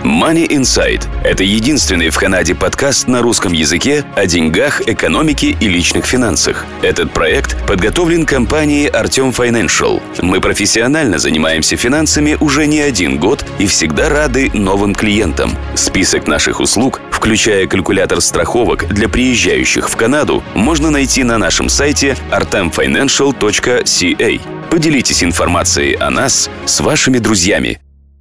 Money Insight – это единственный в Канаде подкаст на русском языке о деньгах, экономике и личных финансах. Этот проект подготовлен компанией Artem Financial. Мы профессионально занимаемся финансами уже не один год и всегда рады новым клиентам. Список наших услуг, включая калькулятор страховок для приезжающих в Канаду, можно найти на нашем сайте artemfinancial.ca. Поделитесь информацией о нас с вашими друзьями.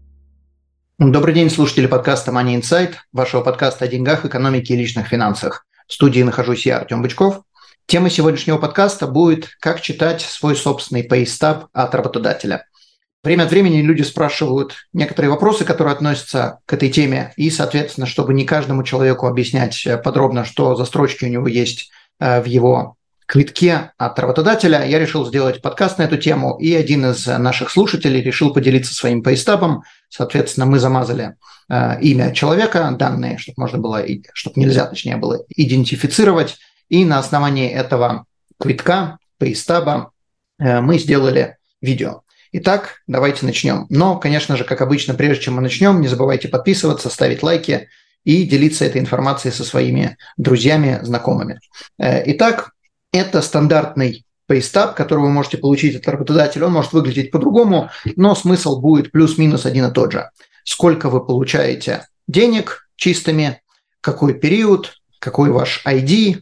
Добрый день, слушатели подкаста Money Insight, вашего подкаста о деньгах, экономике и личных финансах. В студии нахожусь я, Артем Бычков. Тема сегодняшнего подкаста будет «Как читать свой собственный pay-stub от работодателя». Время от времени люди спрашивают некоторые вопросы, которые относятся к этой теме, и, соответственно, чтобы не каждому человеку объяснять подробно, что за строчки у него есть в его квитке от работодателя, я решил сделать подкаст на эту тему, и один из наших слушателей решил поделиться своим пейстабом. Соответственно, мы замазали имя человека, данные, чтобы можно было, чтобы нельзя, точнее, было идентифицировать, и на основании этого квитка, пейстаба, мы сделали видео. Итак, давайте начнем. Но, конечно же, как обычно, прежде чем мы начнем, не забывайте подписываться, ставить лайки и делиться этой информацией со своими друзьями, знакомыми. Итак, это стандартный pay-stub, который вы можете получить от работодателя. Он может выглядеть по-другому, но смысл будет плюс-минус один и тот же. Сколько вы получаете денег чистыми, какой период, какой ваш ID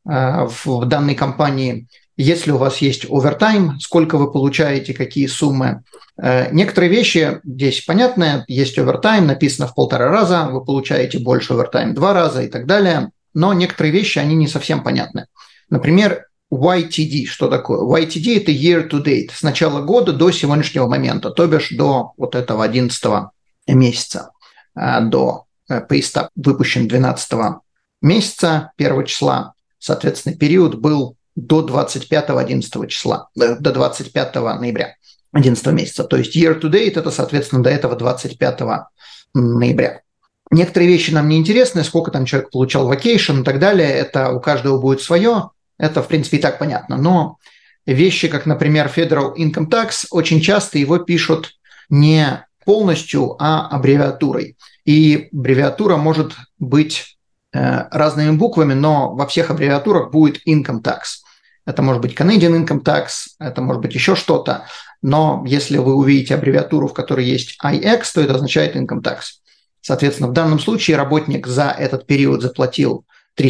в данной компании, если у вас есть овертайм, сколько вы получаете, какие суммы. Некоторые вещи здесь понятны. Есть овертайм, написано в 1,5 раза, вы получаете больше овертайм 2 раза и так далее. Но некоторые вещи, они не совсем понятны. Например, YTD. Что такое? YTD – это year to date. С начала года до сегодняшнего момента, то бишь до вот этого 11 месяца, до pay-stub выпущен 12 месяца, 1 числа. Соответственно, период был до 25-11 числа, до 25 ноября 11 месяца. То есть year to date – это, соответственно, до этого 25 ноября. Некоторые вещи нам не интересны, сколько там человек получал vacation и так далее, это у каждого будет свое. Это, в принципе, и так понятно. Но вещи, как, например, Federal Income Tax, очень часто его пишут не полностью, а аббревиатурой. И аббревиатура может быть разными буквами, но во всех аббревиатурах будет Income Tax. Это может быть Canadian Income Tax, это может быть еще что-то. Но если вы увидите аббревиатуру, в которой есть IX, то это означает Income Tax. Соответственно, в данном случае работник за этот период заплатил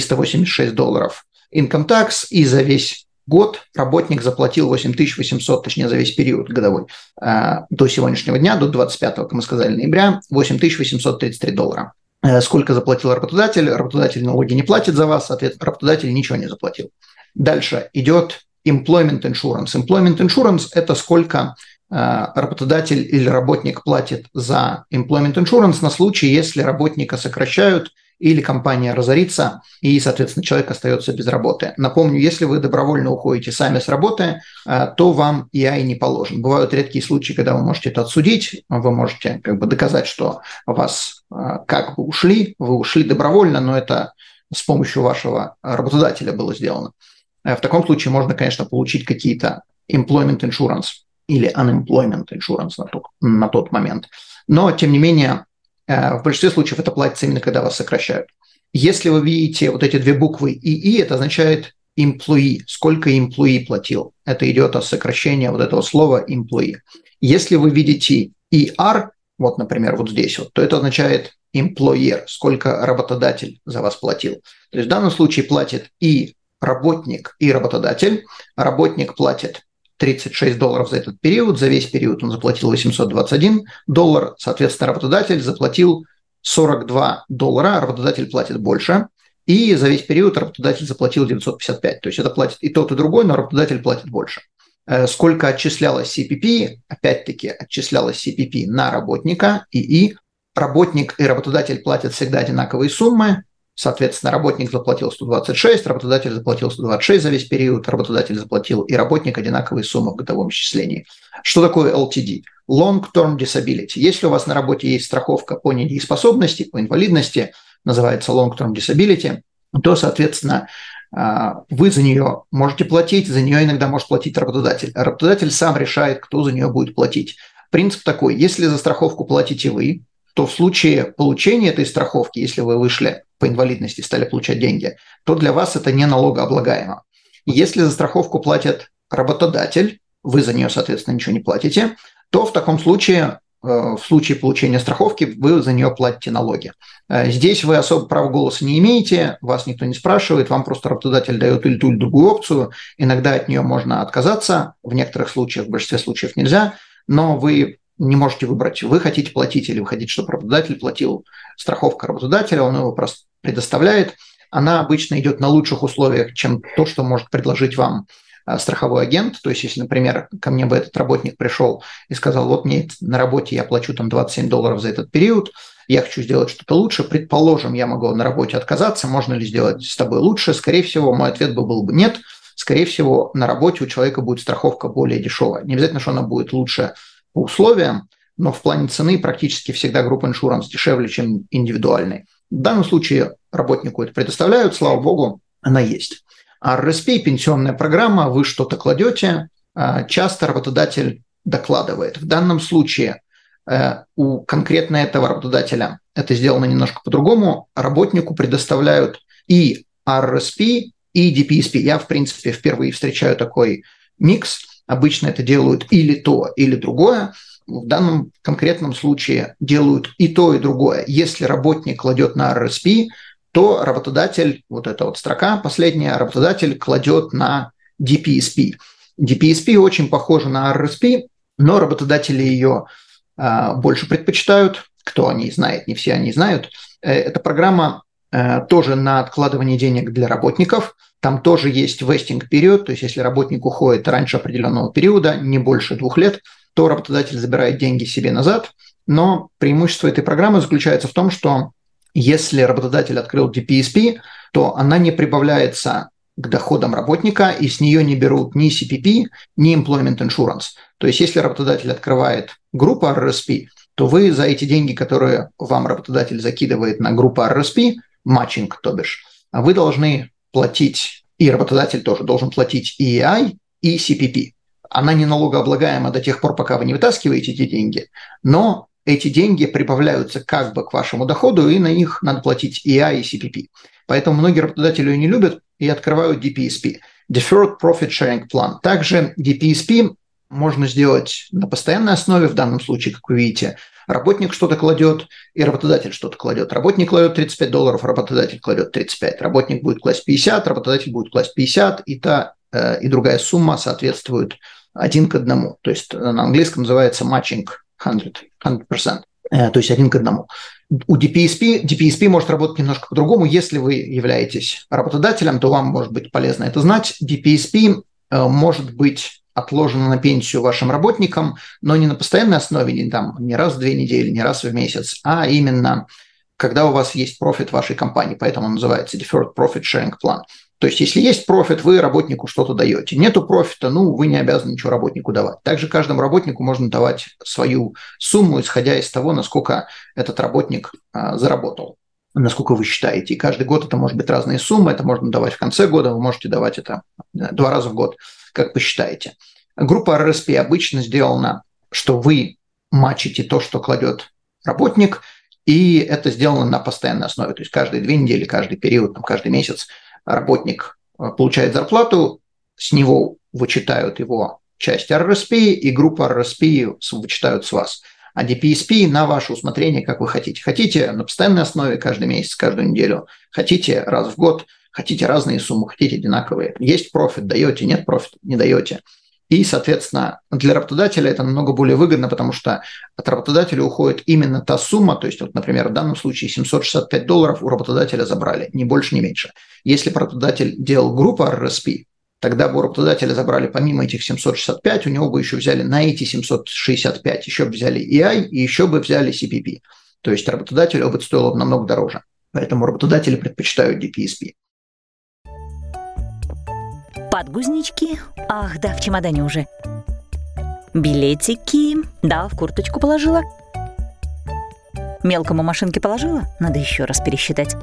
$386 income tax, и за весь год работник заплатил 8800, точнее, за весь период годовой, до сегодняшнего дня, до 25, как мы сказали, ноября, $8833. Сколько заплатил работодатель? Работодатель налоги не платит за вас, соответственно, работодатель ничего не заплатил. Дальше идет employment insurance. Employment insurance – это сколько работодатель или работник платит за employment insurance на случай, если работника сокращают или компания разорится, и, соответственно, человек остается без работы. Напомню, если вы добровольно уходите сами с работы, то вам EI не положен. Бывают редкие случаи, когда вы можете это отсудить, вы можете доказать, что вас как бы вы ушли добровольно, но это с помощью вашего работодателя было сделано. В таком случае можно, конечно, получить какие-то employment insurance или unemployment insurance на тот момент. Но, тем не менее, в большинстве случаев это платится именно когда вас сокращают. Если вы видите вот эти две буквы ИИ, это означает employee, сколько employee платил. Это идет от сокращения вот этого слова employee. Если вы видите ER, вот, например, вот здесь вот, то это означает employer, сколько работодатель за вас платил. То есть в данном случае платит и работник, и работодатель. Работник платит $36 за этот период, за весь период он заплатил $821, соответственно, работодатель заплатил $42, работодатель платит больше, и за весь период работодатель заплатил $955. То есть это платит и тот, и другой, но работодатель платит больше. Сколько отчислялось CPP? Опять-таки отчислялось CPP на работника, и работник и работодатель платят всегда одинаковые суммы. Соответственно, работник заплатил 126, работодатель заплатил 126 за весь период, работодатель заплатил и работник одинаковые суммы в годовом исчислении. Что такое LTD? Long-term disability. Если у вас на работе есть страховка по недееспособности, по инвалидности, называется long-term disability, то, соответственно, вы за нее можете платить, за нее иногда может платить работодатель. Работодатель сам решает, кто за нее будет платить. Принцип такой: если за страховку платите вы, то в случае получения этой страховки, если вы вышли по инвалидности и стали получать деньги, то для вас это не налогооблагаемо. Если за страховку платит работодатель, вы за нее, соответственно, ничего не платите, то в таком случае, в случае получения страховки, вы за нее платите налоги. Здесь вы особо права голоса не имеете, вас никто не спрашивает, вам просто работодатель дает или ту, или другую опцию. Иногда от нее можно отказаться, в некоторых случаях, в большинстве случаев нельзя, но вы не можете выбрать, вы хотите платить или вы хотите, чтобы работодатель платил. Страховка работодателя, он его просто предоставляет. Она обычно идет на лучших условиях, чем то, что может предложить вам страховой агент. То есть, если, например, ко мне бы этот работник пришел и сказал, вот мне на работе я плачу там $27 за этот период, я хочу сделать что-то лучше, предположим, я могу на работе отказаться, можно ли сделать с тобой лучше? Скорее всего, мой ответ был бы нет. Скорее всего, на работе у человека будет страховка более дешевая. Не обязательно, что она будет лучше по условиям, но в плане цены практически всегда группа иншуранс дешевле, чем индивидуальный. В данном случае работнику это предоставляют, слава богу, она есть. А RRSP, пенсионная программа, вы что-то кладете, часто работодатель докладывает. В данном случае у конкретно этого работодателя это сделано немножко по-другому. Работнику предоставляют и RRSP, и DPSP. Я, в принципе, впервые встречаю такой микс. Обычно это делают или то, или другое. В данном конкретном случае делают и то, и другое. Если работник кладет на RRSP, то работодатель, вот эта вот строка последняя, работодатель кладет на DPSP. DPSP очень похожа на RRSP, но работодатели ее больше предпочитают. Кто о ней знает, не все они знают. Эта программа тоже на откладывание денег для работников. Там тоже есть vesting период, то есть если работник уходит раньше определенного периода, не больше 2 лет, то работодатель забирает деньги себе назад. Но преимущество этой программы заключается в том, что если работодатель открыл DPSP, то она не прибавляется к доходам работника, и с нее не берут ни CPP, ни Employment Insurance. То есть если работодатель открывает группу RRSP, то вы за эти деньги, которые вам работодатель закидывает на группу RRSP, матчинг, то бишь, вы должны платить, и работодатель тоже должен платить и EI, и CPP. Она не налогооблагаема до тех пор, пока вы не вытаскиваете эти деньги, но эти деньги прибавляются как бы к вашему доходу, и на них надо платить EI и CPP. Поэтому многие работодатели ее не любят и открывают DPSP – Deferred Profit Sharing Plan. Также DPSP можно сделать на постоянной основе, в данном случае, как вы видите, работник что-то кладет, и работодатель что-то кладет. Работник кладет $35, работодатель кладет 35. Работник будет класть 50, работодатель будет класть 50, и та и другая сумма соответствует 1 к 1. То есть на английском называется matching 100%, то есть 1 к 1. У DPSP может работать немножко по-другому. Если вы являетесь работодателем, то вам может быть полезно это знать. DPSP может быть отложено на пенсию вашим работникам, но не на постоянной основе, не раз в 2 недели, не раз в месяц, а именно когда у вас есть профит в вашей компании, поэтому он называется Deferred Profit Sharing Plan. То есть, если есть профит, вы работнику что-то даете. Нету профита, вы не обязаны ничего работнику давать. Также каждому работнику можно давать свою сумму, исходя из того, насколько этот работник заработал, насколько вы считаете. И каждый год это может быть разные суммы, это можно давать в конце года, вы можете давать это 2 раза в год, как посчитаете. Группа RRSP обычно сделана, что вы матчите то, что кладет работник, и это сделано на постоянной основе. То есть каждые 2 недели, каждый период, каждый месяц работник получает зарплату, с него вычитают его часть RRSP, и группа RRSP вычитают с вас. А DPSP на ваше усмотрение, как вы хотите. Хотите на постоянной основе каждый месяц, каждую неделю, хотите раз в год, хотите разные суммы, хотите одинаковые. Есть профит, даете, нет профита, не даете. И, соответственно, для работодателя это намного более выгодно, потому что от работодателя уходит именно та сумма, то есть, вот, например, в данном случае $765 у работодателя забрали, ни больше, ни меньше. Если бы работодатель делал группу RRSP, тогда бы у работодателя забрали помимо этих 765, у него бы еще взяли на эти 765, еще бы взяли EI и еще бы взяли CPP. То есть работодателю это стоило бы намного дороже. Поэтому работодатели предпочитают DPSP. Подгузнички. Ах, да, в чемодане уже. Билетики. Да, в курточку положила. Мелкому машинке положила? Надо еще раз пересчитать.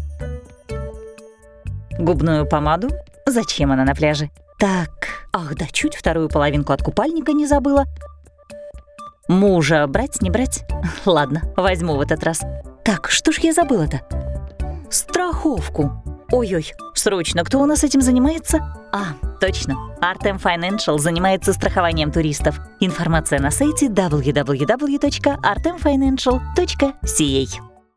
Губную помаду? Зачем она на пляже? Так, ах, да, чуть вторую половинку от купальника не забыла. Мужа брать, не брать? Ладно, возьму в этот раз. Так, что ж я забыла-то? Страховку. Ой-ой, срочно, кто у нас этим занимается? Точно, Artem Financial занимается страхованием туристов. Информация на сайте www.artemfinancial.ca.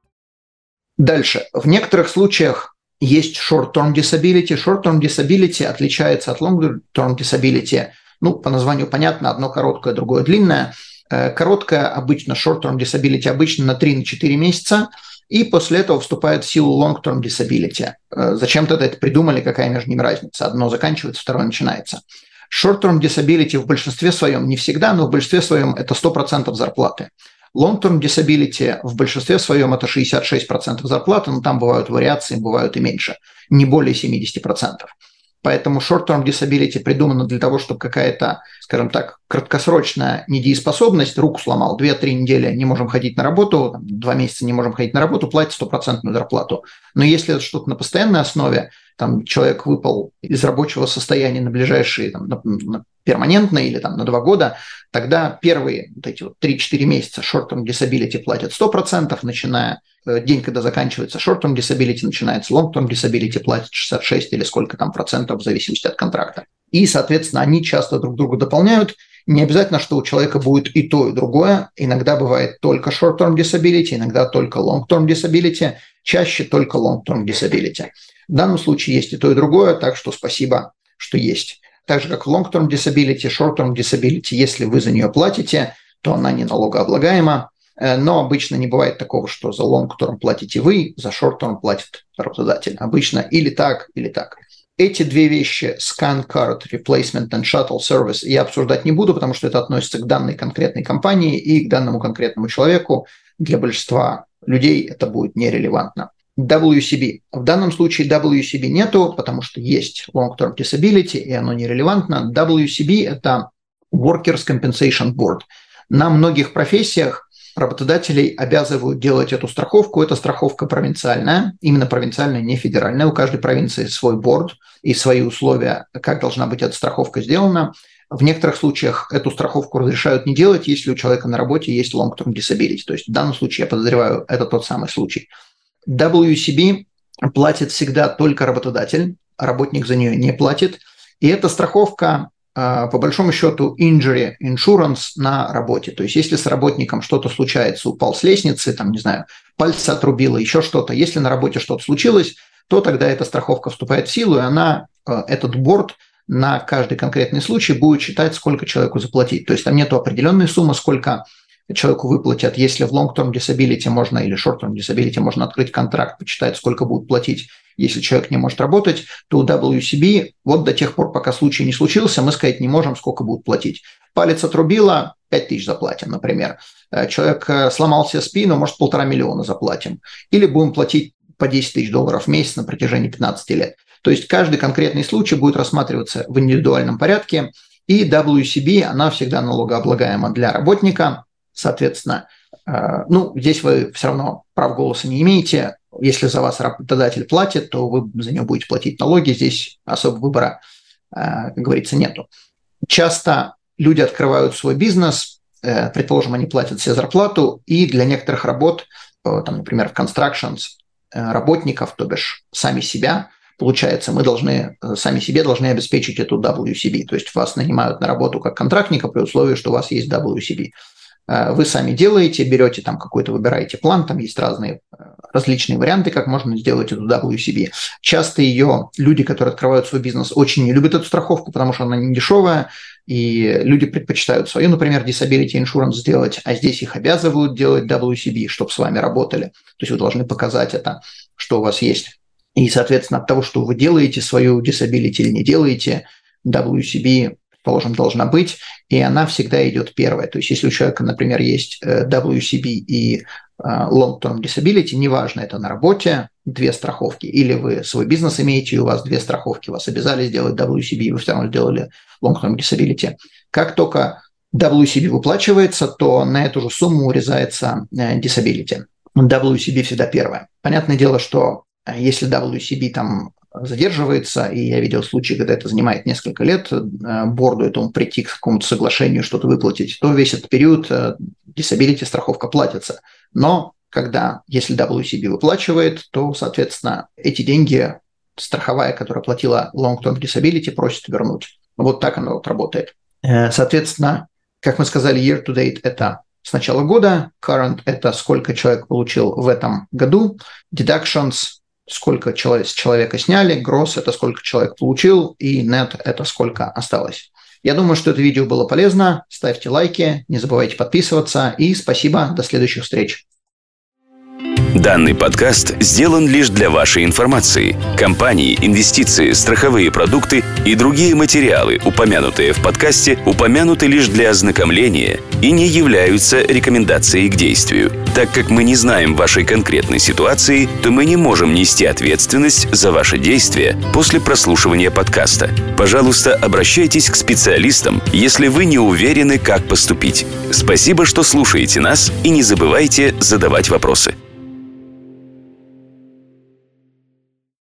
Дальше. В некоторых случаях есть short-term disability. Short-term disability отличается от long-term disability. По названию понятно, одно короткое, другое длинное. Короткое обычно, short-term disability обычно на 3-4 месяца, и после этого вступает в силу long-term disability. Зачем тогда это придумали, какая между ними разница? Одно заканчивается, второе начинается. Short-term disability в большинстве своем, не всегда, но в большинстве своем это 100% зарплаты. Long-term disability в большинстве своем это 66% зарплаты, но там бывают вариации, бывают и меньше, не более 70%. Поэтому short-term disability придумано для того, чтобы какая-то, скажем так, краткосрочная недееспособность, руку сломал, 2-3 недели не можем ходить на работу, 2 месяца не можем ходить на работу, платить 100% зарплату. Но если это что-то на постоянной основе, человек выпал из рабочего состояния на ближайшие, на перманентно или на 2 года, тогда первые 3-4 месяца short-term disability платят 100%, начиная день, когда заканчивается short-term disability, начинается long-term disability, платят 66 или сколько процентов в зависимости от контракта. И, соответственно, они часто друг друга дополняют. Не обязательно, что у человека будет и то, и другое. Иногда бывает только short-term disability, иногда только long-term disability, чаще только long-term disability. В данном случае есть и то, и другое, так что спасибо, что есть. Так же, как в long-term disability, short-term disability, если вы за нее платите, то она не налогооблагаема. Но обычно не бывает такого, что за long-term платите вы, за short-term платит работодатель. Обычно или так, или так. Эти две вещи, scan card, replacement and shuttle service, я обсуждать не буду, потому что это относится к данной конкретной компании и к данному конкретному человеку. Для большинства людей это будет нерелевантно. WCB. В данном случае WCB нету, потому что есть long-term disability, и оно нерелевантно. WCB – это Workers' Compensation Board. На многих профессиях работодателей обязывают делать эту страховку. Это страховка провинциальная, именно провинциальная, не федеральная. У каждой провинции свой борд и свои условия, как должна быть эта страховка сделана. В некоторых случаях эту страховку разрешают не делать, если у человека на работе есть long-term disability. То есть в данном случае, я подозреваю, это тот самый случай. WCB платит всегда только работодатель, работник за нее не платит. И эта страховка, по большому счету, injury insurance на работе. То есть если с работником что-то случается, упал с лестницы, пальцы отрубило, еще что-то, если на работе что-то случилось, то тогда эта страховка вступает в силу, и она, этот борд на каждый конкретный случай будет считать, сколько человеку заплатить. То есть там нет определенной суммы, сколько человеку выплатят. Если в long-term disability можно или short-term disability можно открыть контракт, почитать, сколько будут платить, если человек не может работать, то у WCB до тех пор, пока случай не случился, мы сказать не можем, сколько будут платить. Палец отрубило, 5 тысяч заплатим, например. Человек сломал себе спину, может, 1,5 миллиона заплатим. Или будем платить по $10 тысяч в месяц на протяжении 15 лет. То есть каждый конкретный случай будет рассматриваться в индивидуальном порядке, и WCB, она всегда налогооблагаема для работника. Соответственно, здесь вы все равно прав голоса не имеете. Если за вас работодатель платит, то вы за него будете платить налоги. Здесь особо выбора, как говорится, нету. Часто люди открывают свой бизнес, предположим, они платят себе зарплату, и для некоторых работ, например, в constructions, работников, то бишь сами себя, получается, мы сами себе должны обеспечить эту WCB. То есть вас нанимают на работу как контрактника при условии, что у вас есть WCB. Вы сами делаете, берете какой-то, выбираете план, там есть различные варианты, как можно сделать эту WCB. Часто ее люди, которые открывают свой бизнес, очень не любят эту страховку, потому что она не дешевая, и люди предпочитают свою, например, disability insurance сделать, а здесь их обязывают делать WCB, чтобы с вами работали. То есть вы должны показать это, что у вас есть. И, соответственно, от того, что вы делаете свою disability или не делаете, WCB, предположим, должна быть, и она всегда идет первая. То есть если у человека, например, есть WCB и long-term disability, неважно, это на работе, 2 страховки, или вы свой бизнес имеете, и у вас 2 страховки, вас обязали сделать WCB, и вы все равно сделали long-term disability. Как только WCB выплачивается, то на эту же сумму урезается disability. WCB всегда первая. Понятное дело, что если WCB задерживается, и я видел случаи, когда это занимает несколько лет, борду этому прийти к какому-то соглашению, что-то выплатить, то весь этот период disability страховка платится. Но если WCB выплачивает, то, соответственно, эти деньги страховая, которая платила long-term disability, просит вернуть. Вот так оно работает. Соответственно, как мы сказали, year to date – это с начала года, current – это сколько человек получил в этом году, deductions – сколько с человека сняли, gross – это сколько человек получил, и net – это сколько осталось. Я думаю, что это видео было полезно. Ставьте лайки, не забывайте подписываться, и спасибо, до следующих встреч. Данный подкаст сделан лишь для вашей информации. Компании, инвестиции, страховые продукты и другие материалы, упомянутые в подкасте, упомянуты лишь для ознакомления и не являются рекомендацией к действию. Так как мы не знаем вашей конкретной ситуации, то мы не можем нести ответственность за ваши действия после прослушивания подкаста. Пожалуйста, обращайтесь к специалистам, если вы не уверены, как поступить. Спасибо, что слушаете нас, и не забывайте задавать вопросы.